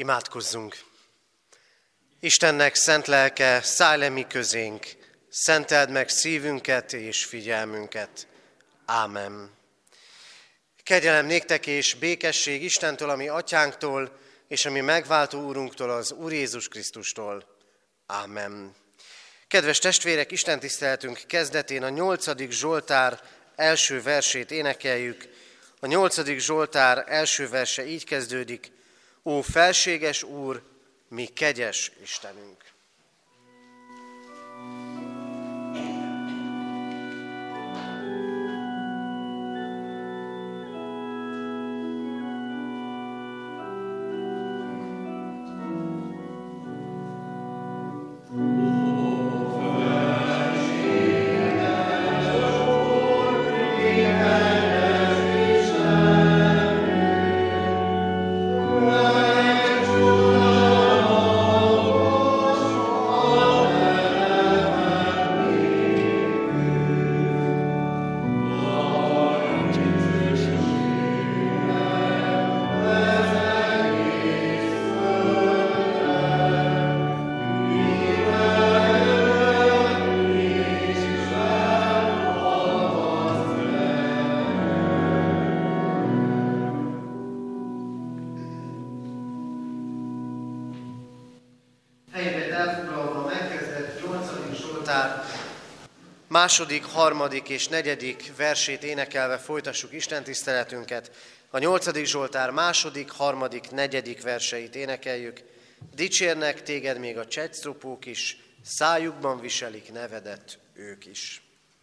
Imádkozzunk! Istennek szent lelke, szállj le mi közénk, szenteld meg szívünket és figyelmünket. Ámen. Kegyelem néktek és békesség Istentől, a mi atyánktól, és a mi megváltó úrunktól, az Úr Jézus Krisztustól. Ámen. Kedves testvérek, Isten tiszteletünk kezdetén a 8. Zsoltár első versét énekeljük. A 8. Zsoltár első verse így kezdődik: Ó felséges Úr, mi kegyes Istenünk! Második, harmadik és negyedik versét énekelve folytassuk istentiszteletünket. A 8. Zsoltár második, harmadik, negyedik verseit énekeljük. Dicsérnek téged még a csetszopók is, szájukban viselik nevedet ők is.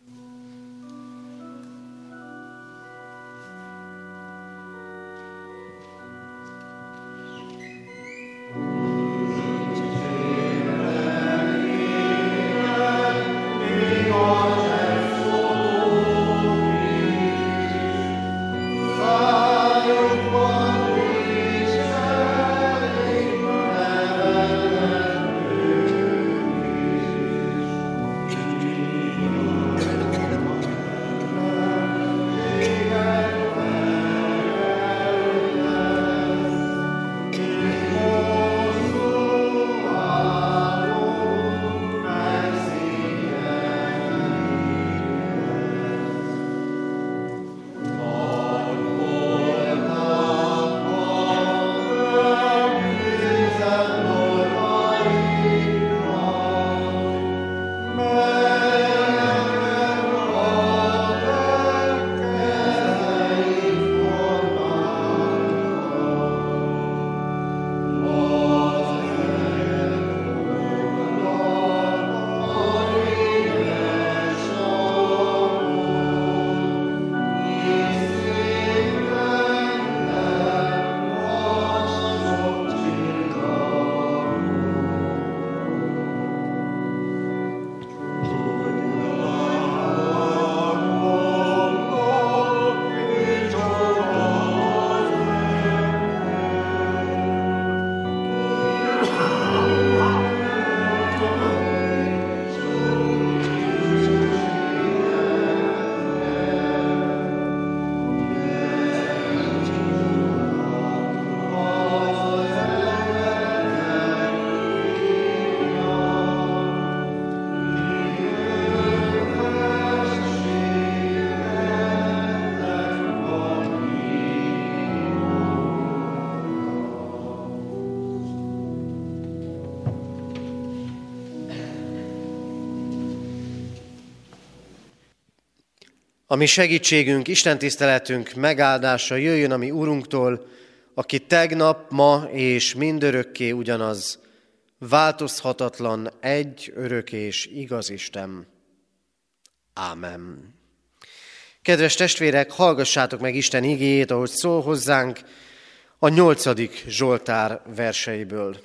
A mi segítségünk, istentiszteletünk megáldása jöjjön a mi Úrunktól, aki tegnap, ma és mindörökké ugyanaz, változhatatlan, egy, örök és igaz Isten. Ámen. Kedves testvérek, hallgassátok meg Isten igéjét, ahogy szól hozzánk a 8. Zsoltár verseiből.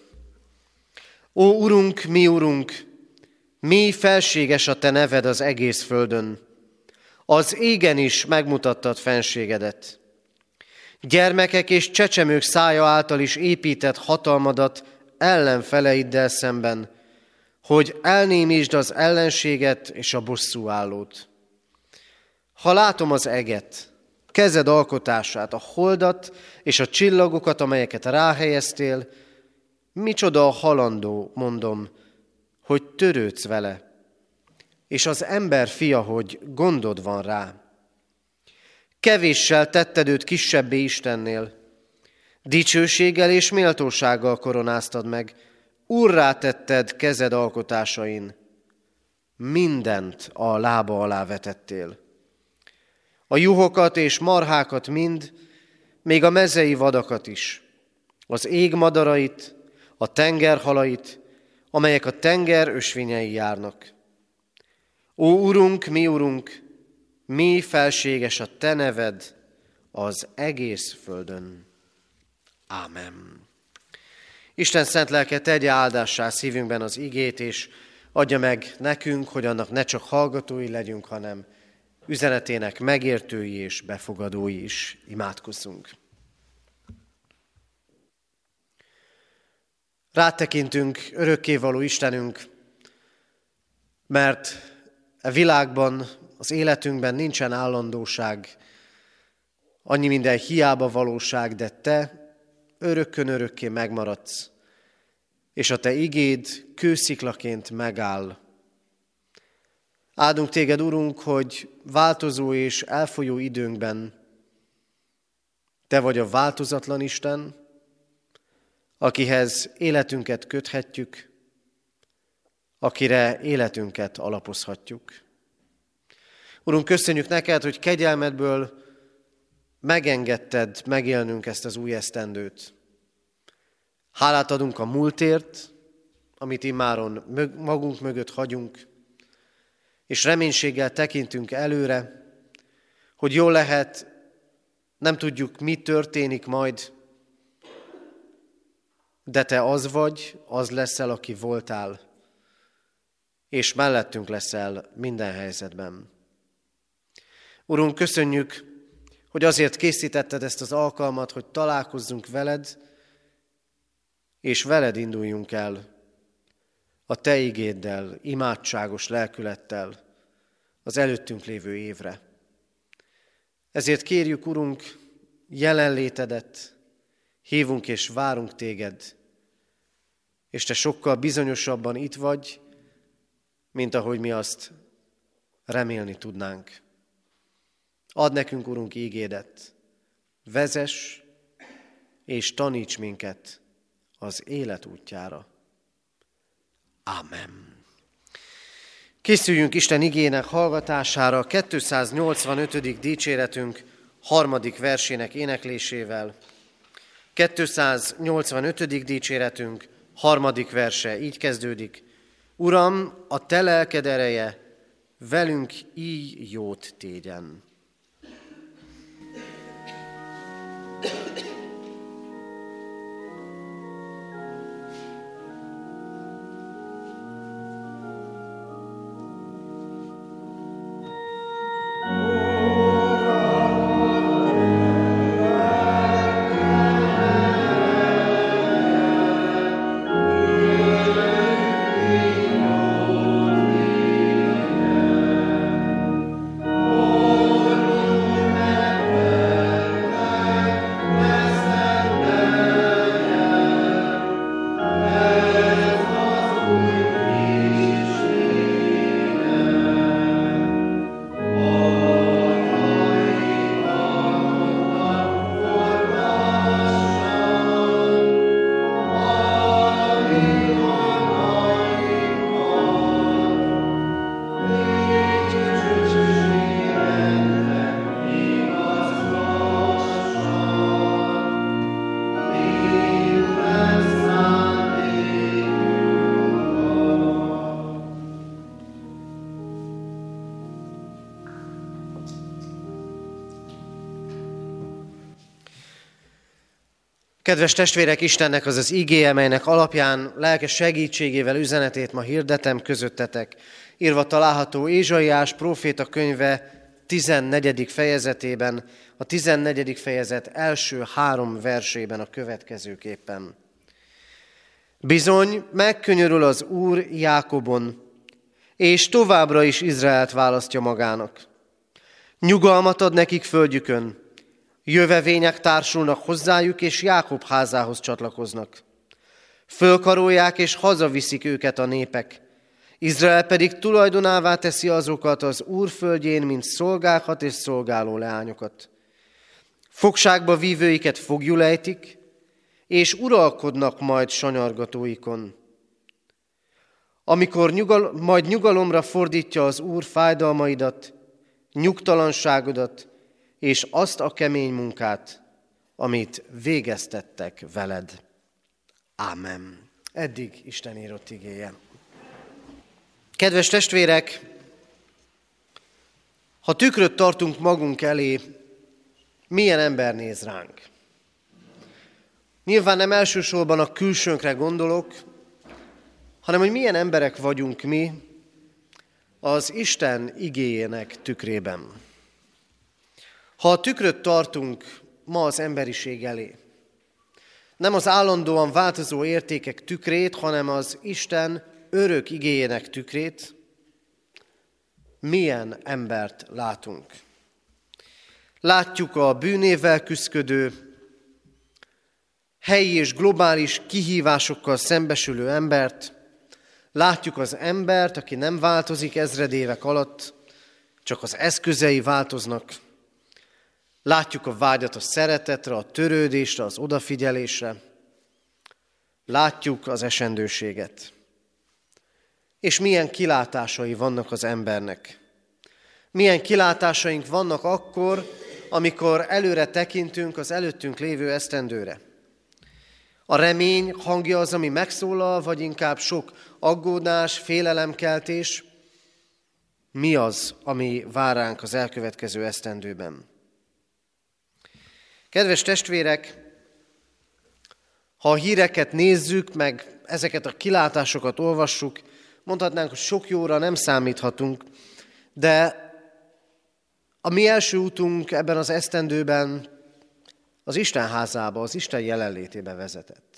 Ó Urunk, mi Urunk, mi felséges a Te neved az egész földön. Az égen is megmutattad fenségedet. Gyermekek és csecsemők szája által is épített hatalmadat ellenfeleiddel szemben, hogy elnémítsd az ellenséget és a bosszúállót. Ha látom az eget, kezed alkotását, a holdat és a csillagokat, amelyeket ráhelyeztél, Micsoda a halandó, mondom, hogy törődsz vele, és az ember fia, hogy gondod van rá. Kevéssel tetted őt kisebbé Istennél, dicsőséggel és méltósággal koronáztad meg, úrrá tetted kezed alkotásain, mindent a lába alá vetettél. A juhokat és marhákat mind, még a mezei vadakat is, az ég madarait, a tenger halait, amelyek a tenger ösvényei járnak. Ó, Urunk, mi felséges a te neved az egész földön. Ámen. Isten szent lelke tegye áldássá szívünkben az igét, és adja meg nekünk, hogy annak ne csak hallgatói legyünk, hanem üzenetének megértői és befogadói is. Imádkozzunk. Rátekintünk, örökkévaló Istenünk, mert a világban, az életünkben nincsen állandóság, annyi minden hiába valóság, de te örökkön örökké megmaradsz, és a te igéd kősziklaként megáll. Áldunk téged, Urunk, hogy változó és elfolyó időnkben te vagy a változatlan Isten, akihez életünket köthetjük, akire életünket alapozhatjuk. Urunk, köszönjük neked, hogy kegyelmedből megengedted megélnünk ezt az új esztendőt. Hálát adunk a múltért, amit immáron magunk mögött hagyunk, és reménységgel tekintünk előre, hogy jól lehet, nem tudjuk, mi történik majd, de te az vagy, az leszel, aki voltál, és mellettünk leszel minden helyzetben. Urunk, köszönjük, hogy azért készítetted ezt az alkalmat, hogy találkozzunk veled, és veled induljunk el a te igéddel, imádságos lelkülettel az előttünk lévő évre. Ezért kérjük, Urunk, jelenlétedet, hívunk és várunk téged, és te sokkal bizonyosabban itt vagy, mint ahogy mi azt remélni tudnánk. Add nekünk, Urunk, ígédet, vezess és taníts minket az élet útjára. Ámen. Készüljünk Isten igének hallgatására 285. dicséretünk 3. versének éneklésével. 285. dicséretünk 3. verse így kezdődik. Uram, a te lelked ereje velünk így jót tégyen. Kedves testvérek, Istennek az az igéje, melynek alapján lelke segítségével üzenetét ma hirdetem közöttetek. Írva található Ézsaiás próféta könyve 14. fejezetében, a 14. fejezet első 3 versében a következőképpen. Bizony, megkönyörül az Úr Jákobon, és továbbra is Izraelt választja magának. Nyugalmat ad nekik földjükön, jövevények társulnak hozzájuk, és Jákob házához csatlakoznak. Fölkarolják és hazaviszik őket a népek. Izrael pedig tulajdonává teszi azokat az Úr földjén, mint szolgákat és szolgáló leányokat. Fogságba vívőiket foglyul ejtik, és uralkodnak majd sanyargatóikon. Amikor majd nyugalomra fordítja az Úr fájdalmaidat, nyugtalanságodat, és azt a kemény munkát, amit végeztettek veled. Ámen. Eddig Isten írott igéje. Kedves testvérek, ha tükröt tartunk magunk elé, milyen ember néz ránk? Nyilván nem elsősorban a külsőnkre gondolok, hanem hogy milyen emberek vagyunk mi az Isten igéjének tükrében. Ha a tükröt tartunk ma az emberiség elé, nem az állandóan változó értékek tükrét, hanem az Isten örök igéjének tükrét, milyen embert látunk? Látjuk a bűnével küszködő, helyi és globális kihívásokkal szembesülő embert, látjuk az embert, aki nem változik ezredévek alatt, csak az eszközei változnak. Látjuk a vágyat a szeretetre, a törődésre, az odafigyelésre. Látjuk az esendőséget. És milyen kilátásai vannak az embernek. Milyen kilátásaink vannak akkor, amikor előre tekintünk az előttünk lévő esztendőre. A remény hangja az, ami megszólal, vagy inkább sok aggódás, félelemkeltés? Mi az, ami vár ránk az elkövetkező esztendőben? Kedves testvérek, ha a híreket nézzük, meg ezeket a kilátásokat olvassuk, mondhatnánk, hogy sok jóra nem számíthatunk, de a mi első útunk ebben az esztendőben az Isten házába, az Isten jelenlétébe vezetett.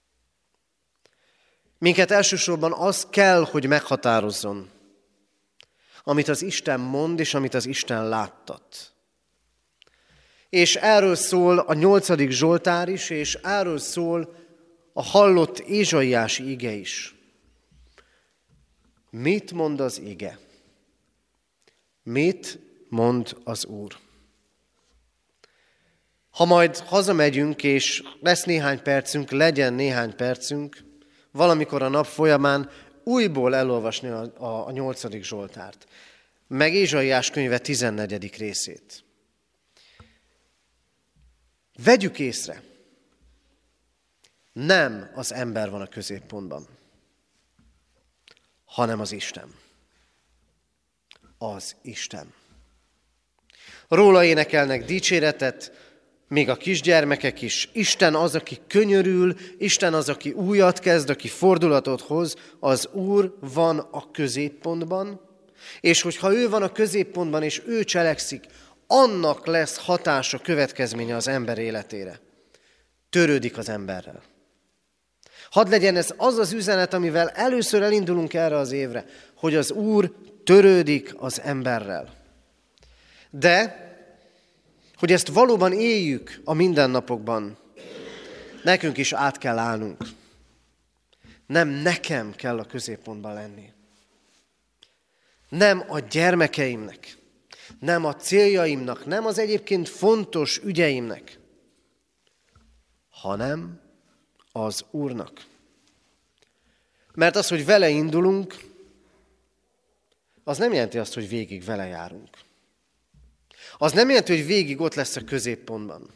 Minket elsősorban az kell, hogy meghatározzon, amit az Isten mond, és amit az Isten láttat. És erről szól a 8. Zsoltár is, és erről szól a hallott ézsaiási ige is. Mit mond az ige? Mit mond az Úr? Ha majd hazamegyünk, és lesz néhány percünk, legyen néhány percünk, valamikor a nap folyamán újból elolvasni a 8. Zsoltárt, meg Ézsaiás könyve 14. részét. Vegyük észre, nem az ember van a középpontban, hanem az Isten. Az Isten. Róla énekelnek dicséretet, még a kisgyermekek is. Isten az, aki könyörül, Isten az, aki újat kezd, aki fordulatot hoz, az Úr van a középpontban, és hogyha ő van a középpontban, és ő cselekszik, annak lesz hatása, következménye az ember életére. Törődik az emberrel. Hadd legyen ez az az üzenet, amivel először elindulunk erre az évre, hogy az Úr törődik az emberrel. De, hogy ezt valóban éljük a mindennapokban, nekünk is át kell állnunk. Nem nekem kell a középpontban lenni. Nem a gyermekeimnek, nem a céljaimnak, nem az egyébként fontos ügyeimnek, hanem az Úrnak. Mert az, hogy vele indulunk, az nem jelenti azt, hogy végig vele járunk. Az nem jelenti, hogy végig ott lesz a középpontban.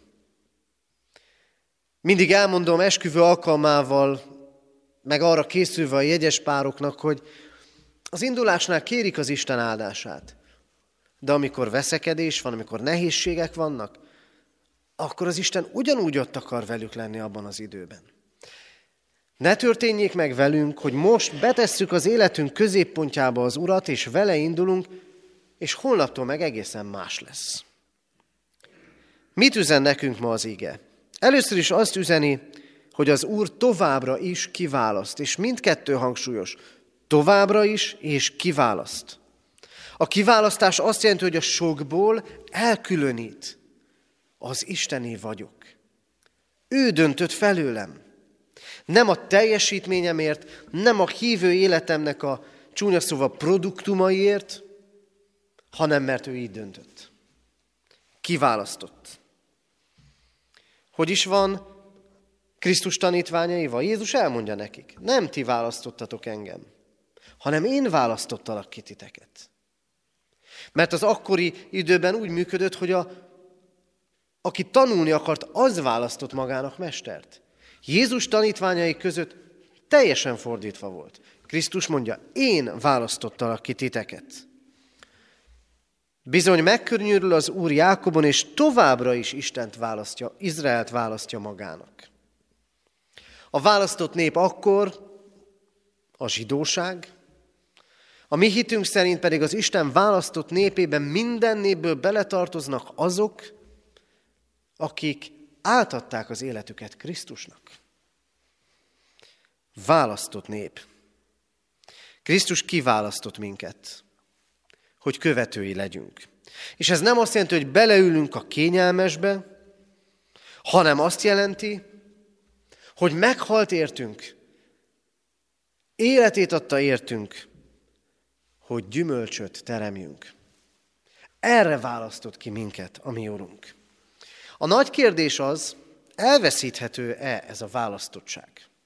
Mindig elmondom esküvő alkalmával, meg arra készülve a jegyes pároknak, hogy az indulásnál kérik az Isten áldását. De amikor veszekedés van, amikor nehézségek vannak, akkor az Isten ugyanúgy ott akar velük lenni abban az időben. Ne történjék meg velünk, hogy most betesszük az életünk középpontjába az Urat, és vele indulunk, és holnaptól meg egészen más lesz. Mit üzen nekünk ma az ige? Először is azt üzeni, hogy az Úr továbbra is kiválaszt, és mindkettő hangsúlyos. Továbbra is és kiválaszt. A kiválasztás azt jelenti, hogy a sokból Nem a teljesítményemért, nem a hívő életemnek a csúnya szóval produktumaiért, hanem mert ő így döntött. Kiválasztott. Hogy is van Krisztus tanítványaival? Jézus elmondja nekik, nem ti választottatok engem, hanem én választottalak ki titeket. Mert az akkori időben úgy működött, hogy aki tanulni akart, az választott magának mestert. Jézus tanítványai között teljesen fordítva volt. Krisztus mondja, én választottalak ki titeket. Bizony megkönnyörül az Úr Jákobon, és továbbra is Istent választja, Izraelt választja magának. A választott nép akkor a zsidóság, a mi hitünk szerint pedig az Isten választott népében minden népből beletartoznak azok, akik átadták az életüket Krisztusnak. Választott nép. Krisztus kiválasztott minket, hogy követői legyünk. És ez nem azt jelenti, hogy beleülünk a kényelmesbe, hanem azt jelenti, hogy meghalt értünk, életét adta értünk, hogy gyümölcsöt teremjünk. Erre választott ki minket a mi Urunk. A nagy kérdés az, elveszíthető-e ez a választottság?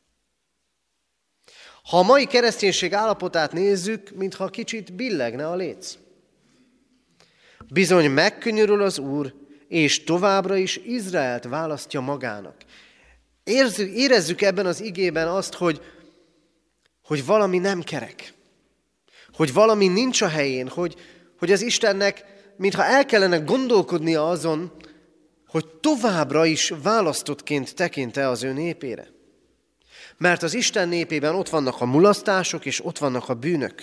Ha a mai kereszténység állapotát nézzük, mintha kicsit billegne a léc. Bizony megkönnyörül az Úr, és továbbra is Izraelt választja magának. Érezzük ebben az igében azt, hogy valami nem kerek. Hogy valami nincs a helyén, hogy az Istennek, mintha el kellene gondolkodnia azon, hogy továbbra is választottként tekint-e az ő népére. Mert az Isten népében ott vannak a mulasztások, és ott vannak a bűnök.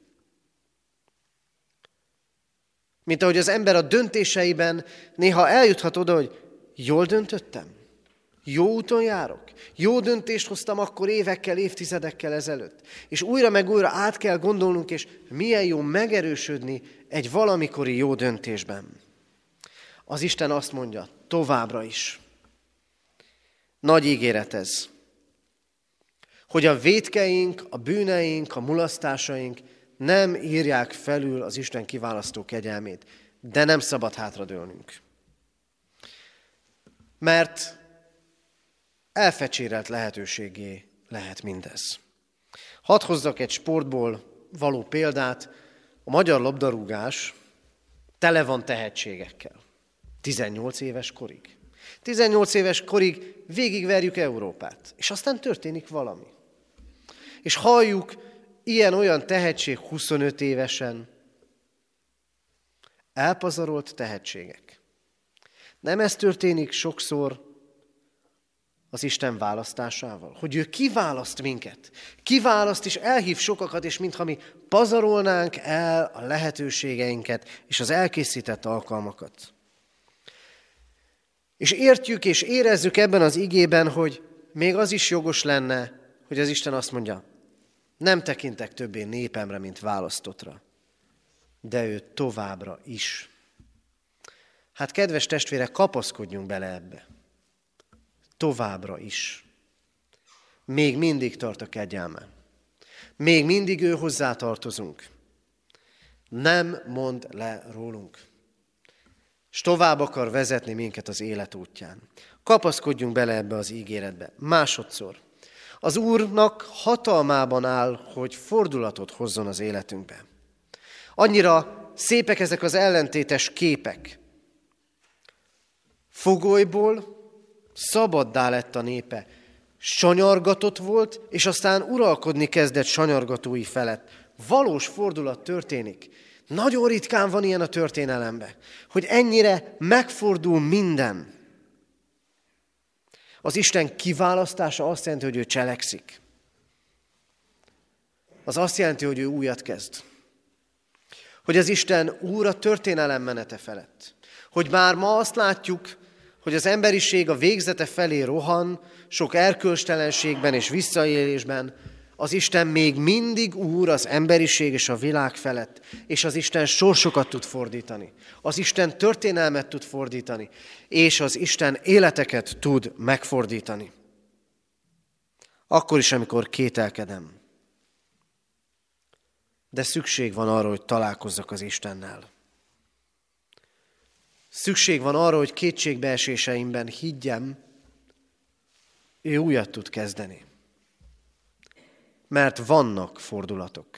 Mint ahogy az ember a döntéseiben néha eljuthat oda, hogy jól döntöttem, jó úton járok, jó döntést hoztam akkor évekkel, évtizedekkel ezelőtt. És újra meg újra át kell gondolnunk, és milyen jó megerősödni egy valamikori jó döntésben. Az Isten azt mondja, továbbra is. Nagy ígéret ez, hogy a vétkeink, a bűneink, a mulasztásaink nem írják felül az Isten kiválasztó kegyelmét, de nem szabad hátradőlnünk. Mert elfecsérelt lehetőségé lehet mindez. Hadd hozzak egy sportból való példát, a magyar labdarúgás tele van tehetségekkel. 18 éves korig. 18 éves korig végigverjük Európát, és aztán történik valami. És halljuk, ilyen-olyan tehetség 25 évesen. Elpazarolt tehetségek. Nem ez történik sokszor az Isten választásával? Hogy ő kiválaszt minket. Kiválaszt és elhív sokakat, és mintha mi pazarolnánk el a lehetőségeinket és az elkészített alkalmakat. És értjük és érezzük ebben az igében, hogy még az is jogos lenne, hogy az Isten azt mondja, nem tekintek többé népemre, mint választottra, de ő továbbra is. Hát kedves testvérek, kapaszkodjunk bele ebbe. Továbbra is. Még mindig tart a kegyelme. Még mindig ő hozzá tartozunk. Nem mond le rólunk. És tovább akar vezetni minket az élet útján. Kapaszkodjunk bele ebbe az ígéretbe. Másodszor. Az Úrnak hatalmában áll, hogy fordulatot hozzon az életünkbe. Annyira szépek ezek az ellentétes képek. Fogolyból szabaddá lett a népe. Sanyargatott volt, és aztán uralkodni kezdett sanyargatói felett. Valós fordulat történik. Nagyon ritkán van ilyen a történelemben, hogy ennyire megfordul minden. Az Isten kiválasztása azt jelenti, hogy ő cselekszik. Az azt jelenti, hogy ő újat kezd. Hogy az Isten úr a történelem menete felett. Hogy már ma azt látjuk, hogy az emberiség a végzete felé rohan, sok erkölcstelenségben és visszaélésben, az Isten még mindig úr az emberiség és a világ felett, és az Isten sorsokat tud fordítani. Az Isten történelmet tud fordítani, és az Isten életeket tud megfordítani. Akkor is, amikor kételkedem. De szükség van arra, hogy találkozzak az Istennel. Szükség van arra, hogy kétségbeeséseimben higgyem, ő újat tud kezdeni. Mert vannak fordulatok.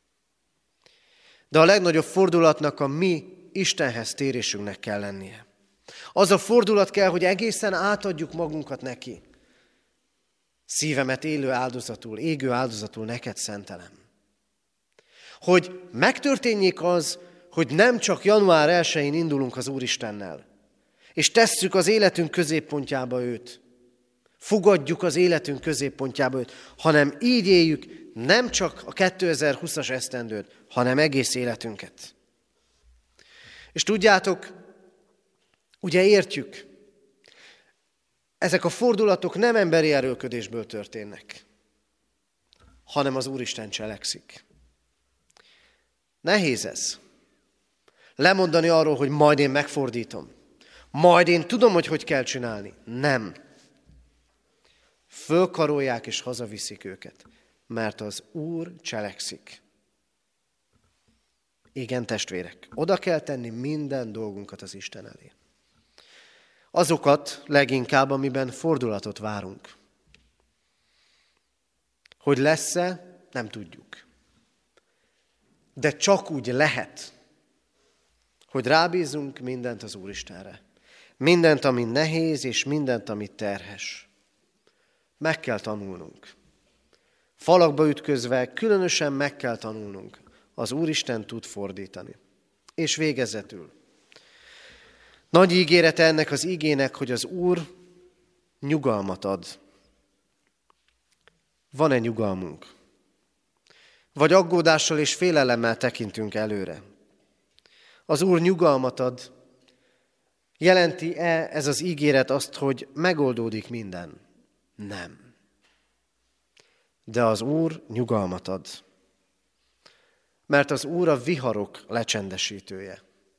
De a legnagyobb fordulatnak a mi Istenhez térésünknek kell lennie. Az a fordulat kell, hogy egészen átadjuk magunkat neki. Szívemet élő áldozatul, égő áldozatul neked szentelem. Hogy megtörténjék az, hogy nem csak január 1-én indulunk az Úristennel, és tesszük az életünk középpontjába őt, fogadjuk az életünk középpontjába őt, hanem így éljük nem csak a 2020-as esztendőt, hanem egész életünket. És tudjátok, ugye értjük, ezek a fordulatok nem emberi erőlködésből történnek, hanem az Úristen cselekszik. Nehéz ez. Lemondani arról, hogy majd én megfordítom. Majd én tudom, hogy kell csinálni. Nem. Fölkarolják és hazaviszik őket, mert az Úr cselekszik. Igen, testvérek, oda kell tenni minden dolgunkat az Isten elé. Azokat leginkább, amiben fordulatot várunk. Hogy lesz-e, nem tudjuk. De csak úgy lehet, hogy rábízunk mindent az Úristenre. Mindent, ami nehéz, és mindent, ami terhes. Meg kell tanulnunk. Falakba ütközve különösen meg kell tanulnunk. Az Úristen tud fordítani. És végezetül. Nagy ígérete ennek az igének, hogy az Úr nyugalmat ad. Van-e nyugalmunk? Vagy aggódással és félelemmel tekintünk előre? Az Úr nyugalmat ad. Jelenti-e ez az ígéret azt, hogy megoldódik minden? Nem. De az Úr nyugalmat ad. Mert az Úr a viharok lecsendesítője.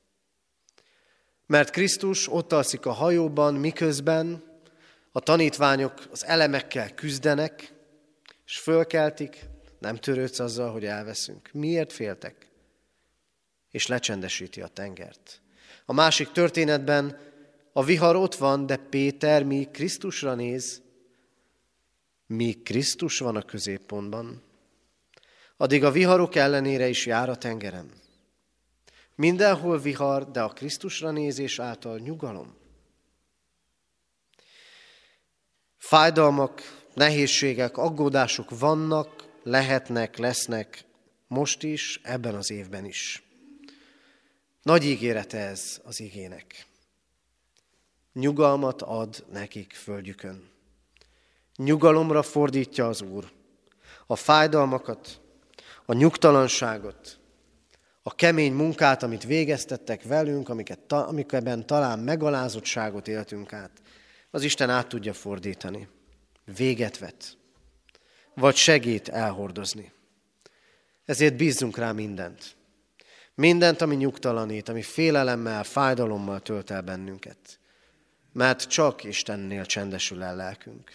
Mert Krisztus ott alszik a hajóban, miközben a tanítványok az elemekkel küzdenek, és fölkeltik, nem törődsz azzal, hogy elveszünk. Miért féltek? És lecsendesíti a tengert. A másik történetben a vihar ott van, de Péter míg Krisztusra néz, míg Krisztus van a középpontban, addig a viharok ellenére is jár a tengeren. Mindenhol vihar, de a Krisztusra nézés által nyugalom. Fájdalmak, nehézségek, aggódások vannak, lehetnek, lesznek most is, ebben az évben is. Nagy ígérete ez az igének. Nyugalmat ad nekik földjükön. Nyugalomra fordítja az Úr a fájdalmakat, a nyugtalanságot, a kemény munkát, amit végeztettek velünk, amikben talán megalázottságot éltünk át. Az Isten át tudja fordítani. Véget vet. Vagy segít elhordozni. Ezért bízzunk rá mindent. Mindent, ami nyugtalanít, ami félelemmel, fájdalommal tölt el bennünket. Mert csak Istennél csendesül el lelkünk.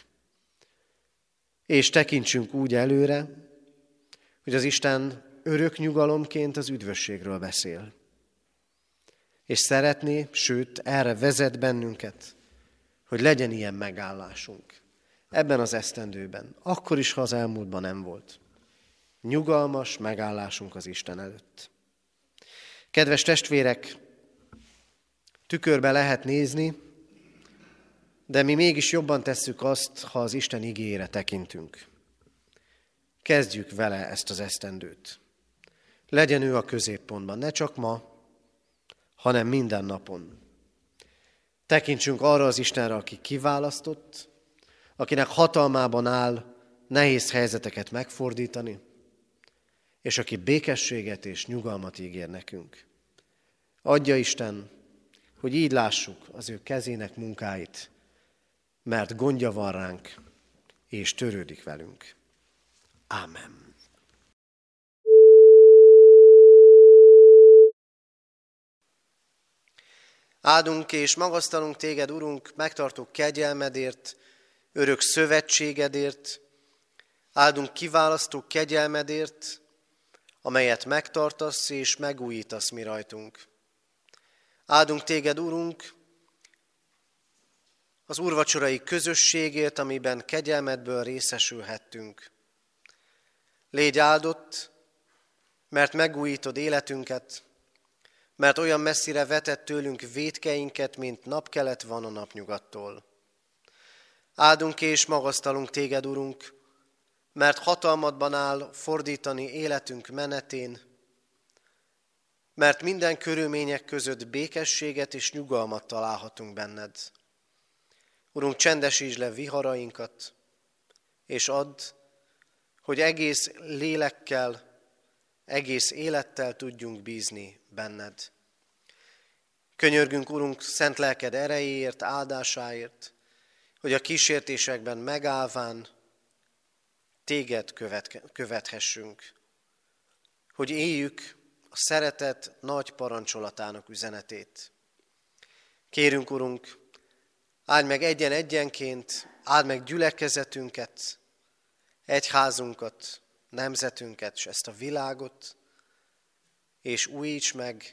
És tekintsünk úgy előre, hogy az Isten örök nyugalomként az üdvösségről beszél. És szeretné, sőt, erre vezet bennünket, hogy legyen ilyen megállásunk. Ebben az esztendőben, akkor is, ha az elmúltban nem volt. Nyugalmas megállásunk az Isten előtt. Kedves testvérek, tükörbe lehet nézni, de mi mégis jobban tesszük azt, ha az Isten igéjére tekintünk. Kezdjük vele ezt az esztendőt. Legyen ő a középpontban, ne csak ma, hanem minden napon. Tekintsünk arra az Istenre, aki kiválasztott, akinek hatalmában áll nehéz helyzeteket megfordítani, és aki békességet és nyugalmat ígér nekünk. Adja Isten, hogy így lássuk az ő kezének munkáit, mert gondja van ránk, és törődik velünk. Ámen. Áldunk és magasztalunk téged, Urunk, megtartó kegyelmedért, örök szövetségedért, Áldunk kiválasztó kegyelmedért, amelyet megtartasz és megújítasz mi rajtunk. Áldunk téged, Urunk, az úrvacsorai közösségért, amiben kegyelmedből részesülhettünk. Légy áldott, mert megújítod életünket, mert olyan messzire vetett tőlünk vétkeinket, mint napkelet van a napnyugattól. Áldunk és magasztalunk téged, Urunk, mert hatalmadban áll fordítani életünk menetén, mert minden körülmények között békességet és nyugalmat találhatunk benned. Urunk, csendesítsd le viharainkat, és add, hogy egész lélekkel, egész élettel tudjunk bízni benned. Könyörgünk, Urunk, szent lelked erejéért, áldásáért, hogy a kísértésekben megállván téged követhessünk, hogy éljük a szeretet nagy parancsolatának üzenetét. Kérünk, Urunk, áld meg egyen-egyenként, áld meg gyülekezetünket, egyházunkat, nemzetünket, és ezt a világot, és újíts meg,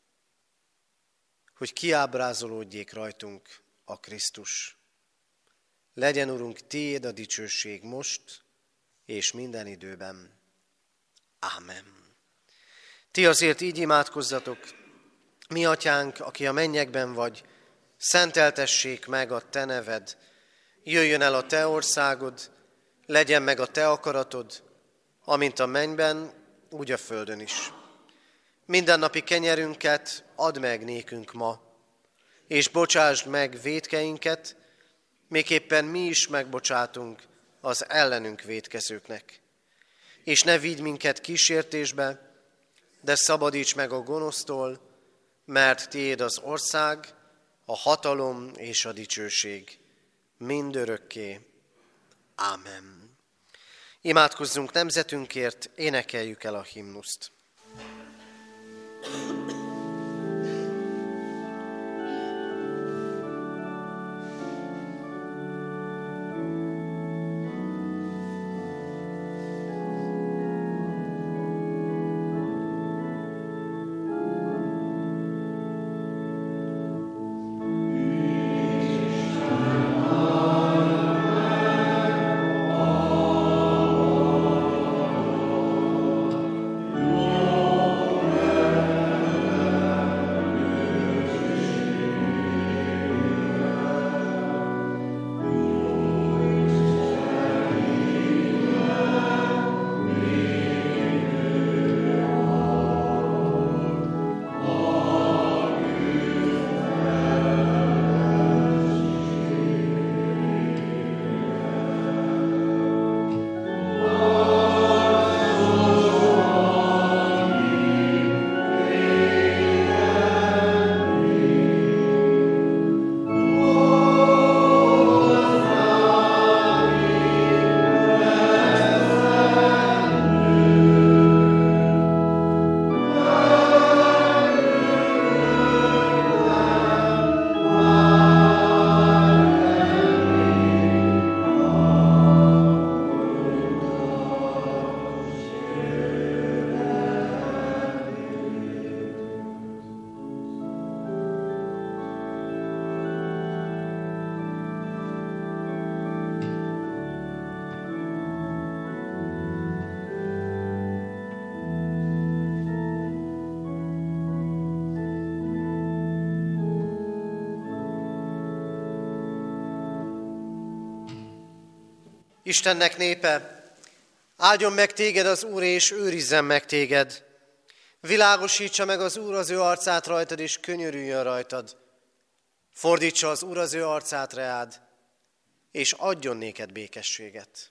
hogy kiábrázolódjék rajtunk a Krisztus. Legyen, Urunk, tiéd a dicsőség most és minden időben. Ámen. Ti azért így imádkozzatok: mi atyánk, aki a mennyekben vagy, szenteltessék meg a te neved, jöjjön el a te országod, legyen meg a te akaratod, amint a mennyben, úgy a földön is. Mindennapi kenyerünket add meg nékünk ma, és bocsásd meg vétkeinket, miképpen mi is megbocsátunk az ellenünk vétkezőknek. És ne vigy minket kísértésbe, de szabadíts meg a gonosztól, mert tiéd az ország, a hatalom és a dicsőség mindörökké. Ámen. Imádkozzunk nemzetünkért, énekeljük el a himnuszt. Istennek népe, áldjon meg téged az Úr, és őrizzen meg téged. Világosítsa meg az Úr az ő arcát rajtad, és könyörüljön rajtad. Fordítsa az Úr az ő arcát reád, és adjon néked békességet.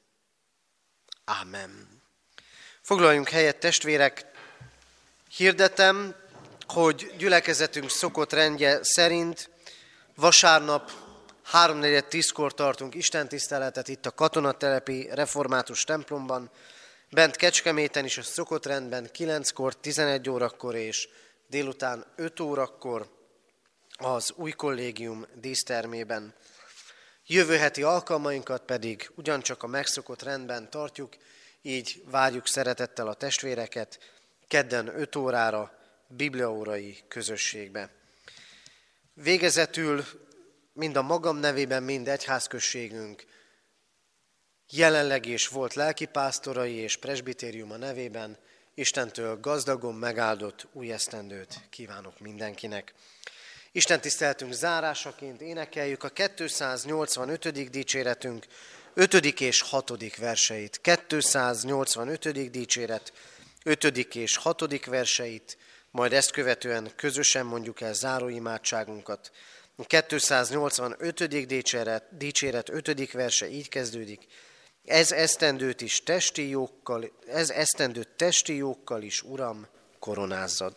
Ámen. Foglaljunk helyet, testvérek. Hirdetem, hogy gyülekezetünk szokott rendje szerint vasárnap 3:4-10-kor tartunk istentiszteletet itt a katonatelepi református templomban, bent Kecskeméten is a szokott rendben 9-kor, 11 órakor és délután 5 órakor az új kollégium dísztermében. Jövő heti alkalmainkat pedig ugyancsak a megszokott rendben tartjuk, így várjuk szeretettel a testvéreket kedden 5 órára bibliaórai közösségbe. Végezetül mind a magam nevében, mind egyházközségünk jelenleg és volt lelkipásztorai és presbitériuma nevében Istentől gazdagon megáldott új esztendőt kívánok mindenkinek. Isten tiszteletünk zárásaként énekeljük a 285. dicséretünk 5. és 6. verseit. 285. dicséret 5. és 6. verseit, majd ezt követően közösen mondjuk el záróimádságunkat. A 285. dicséret 5. verse így kezdődik. Ez esztendőt testi jókkal is, Uram, koronázzad.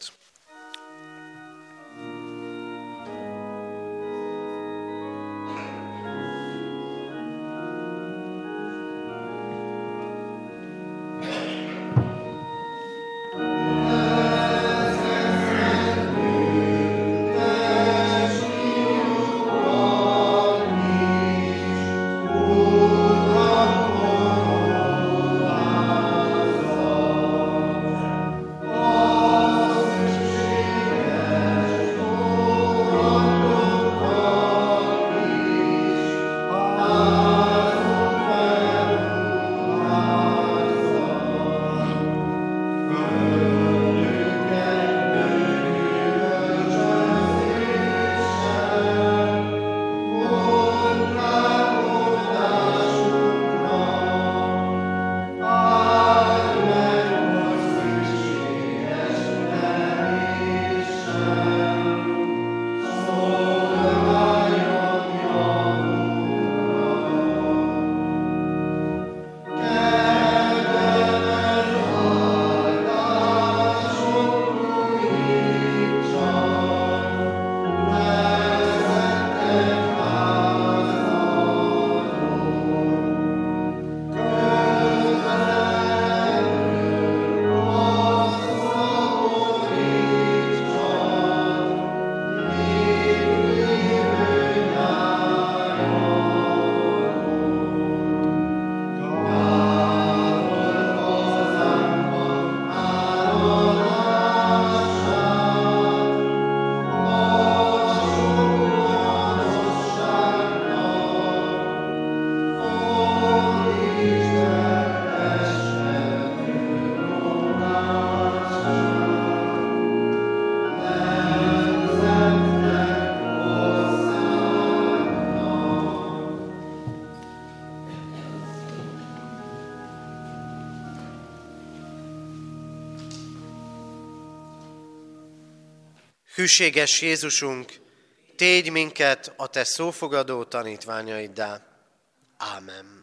Hűséges Jézusunk, tégy minket a Te szófogadó tanítványaiddá. Ámen.